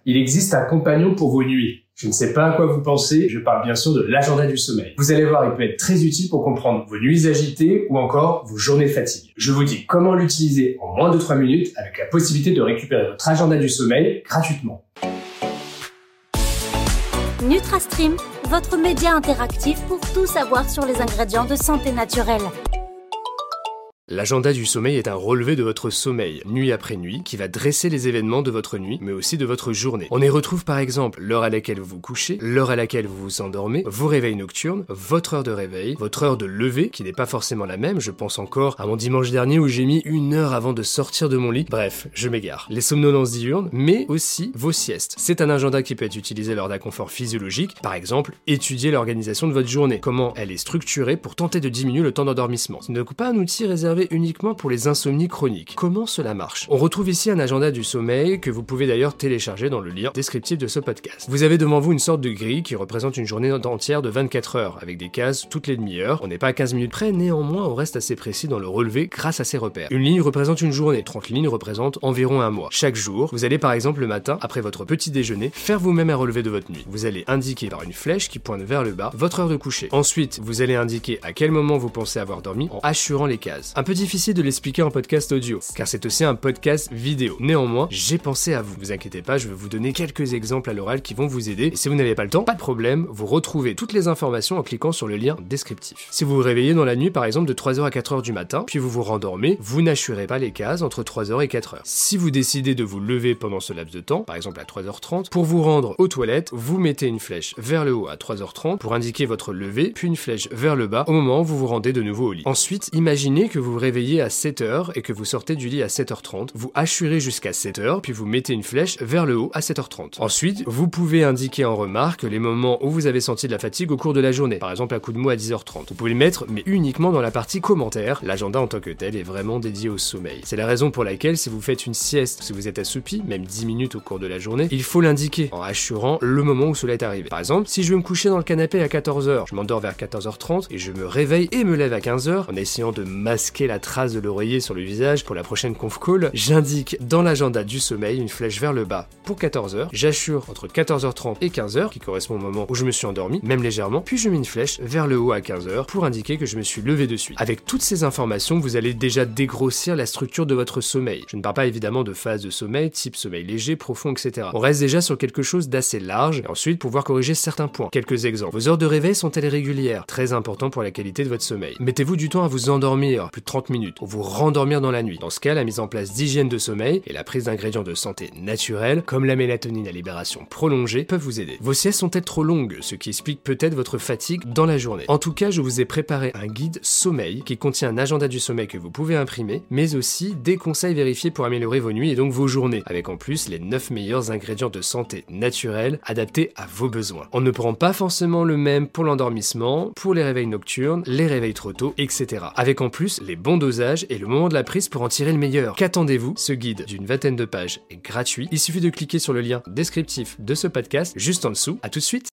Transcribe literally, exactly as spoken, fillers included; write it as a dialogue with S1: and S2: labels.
S1: Il existe un compagnon pour vos nuits. Je ne sais pas à quoi vous pensez, je parle bien sûr de l'agenda du sommeil. Vous allez voir, il peut être très utile pour comprendre vos nuits agitées ou encore vos journées de fatigue. Je vous dis comment l'utiliser en moins de trois minutes avec la possibilité de récupérer votre agenda du sommeil gratuitement.
S2: NutraStream, votre média interactif pour tout savoir sur les ingrédients de santé naturelle.
S3: L'agenda du sommeil est un relevé de votre sommeil, nuit après nuit, qui va dresser les événements de votre nuit, mais aussi de votre journée. On y retrouve par exemple l'heure à laquelle vous vous couchez, l'heure à laquelle vous vous endormez, vos réveils nocturnes, votre heure de réveil, votre heure de lever, qui n'est pas forcément la même, je pense encore à mon dimanche dernier où j'ai mis une heure avant de sortir de mon lit. Bref, je m'égare. Les somnolences diurnes, mais aussi vos siestes. C'est un agenda qui peut être utilisé lors d'un confort physiologique, par exemple, étudier l'organisation de votre journée, comment elle est structurée pour tenter de diminuer le temps d'endormissement. Ce n'est donc pas un outil réservé uniquement pour les insomnies chroniques. Comment cela marche? On retrouve ici un agenda du sommeil que vous pouvez d'ailleurs télécharger dans le lien descriptif de ce podcast. Vous avez devant vous une sorte de grille qui représente une journée entière de vingt-quatre heures, avec des cases toutes les demi-heures. On n'est pas à quinze minutes près, néanmoins on reste assez précis dans le relevé grâce à ces repères. Une ligne représente une journée, trente lignes représentent environ un mois. Chaque jour, vous allez par exemple le matin, après votre petit déjeuner, faire vous-même un relevé de votre nuit. Vous allez indiquer par une flèche qui pointe vers le bas votre heure de coucher. Ensuite, vous allez indiquer à quel moment vous pensez avoir dormi en hachurant les cases. Un peu difficile de l'expliquer en podcast audio, car c'est aussi un podcast vidéo. Néanmoins, j'ai pensé à vous. Vous inquiétez pas, je vais vous donner quelques exemples à l'oral qui vont vous aider. Et si vous n'avez pas le temps, pas de problème, vous retrouvez toutes les informations en cliquant sur le lien descriptif. Si vous vous réveillez dans la nuit, par exemple, de trois heures à quatre heures du matin, puis vous vous rendormez, vous n'hachurez pas les cases entre trois heures et quatre heures. Si vous décidez de vous lever pendant ce laps de temps, par exemple à trois heures trente, pour vous rendre aux toilettes, vous mettez une flèche vers le haut à trois heures trente pour indiquer votre lever, puis une flèche vers le bas au moment où vous vous rendez de nouveau au lit. Ensuite, imaginez que vous vous réveillez à sept heures et que vous sortez du lit à sept heures trente, vous hachurez jusqu'à sept heures, puis vous mettez une flèche vers le haut à sept heures trente. Ensuite, vous pouvez indiquer en remarque les moments où vous avez senti de la fatigue au cours de la journée, par exemple un coup de mou à dix heures trente. Vous pouvez le mettre, mais uniquement dans la partie commentaires. L'agenda en tant que tel est vraiment dédié au sommeil. C'est la raison pour laquelle si vous faites une sieste, si vous êtes assoupi, même dix minutes au cours de la journée, il faut l'indiquer en hachurant le moment où cela est arrivé. Par exemple, si je veux me coucher dans le canapé à quatorze heures, je m'endors vers quatorze heures trente et je me réveille et me lève à quinze heures en essayant de masquer la trace de l'oreiller sur le visage pour la prochaine conf call, j'indique dans l'agenda du sommeil une flèche vers le bas pour quatorze heures, j'assure entre quatorze heures trente et quinze heures, qui correspond au moment où je me suis endormi, même légèrement, puis je mets une flèche vers le haut à quinze heures pour indiquer que je me suis levé de suite. Avec toutes ces informations, vous allez déjà dégrossir la structure de votre sommeil. Je ne parle pas évidemment de phase de sommeil, type sommeil léger, profond, et cetera. On reste déjà sur quelque chose d'assez large, et ensuite pouvoir corriger certains points. Quelques exemples. Vos heures de réveil sont-elles régulières? Très important pour la qualité de votre sommeil. Mettez-vous du temps à vous endormir, plus de trente minutes, ou vous rendormir dans la nuit. Dans ce cas, la mise en place d'hygiène de sommeil et la prise d'ingrédients de santé naturels, comme la mélatonine à libération prolongée, peuvent vous aider. Vos siestes sont-elles trop longues, ce qui explique peut-être votre fatigue dans la journée. En tout cas, je vous ai préparé un guide sommeil qui contient un agenda du sommeil que vous pouvez imprimer, mais aussi des conseils vérifiés pour améliorer vos nuits et donc vos journées, avec en plus les neuf meilleurs ingrédients de santé naturels adaptés à vos besoins. On ne prend pas forcément le même pour l'endormissement, pour les réveils nocturnes, les réveils trop tôt, et cetera. Avec en plus les bons dosages et le moment de la prise pour en tirer le meilleur. Qu'attendez-vous? Ce guide d'une vingtaine de pages est gratuit. Il suffit de cliquer sur le lien descriptif de ce podcast juste en dessous. À tout de suite.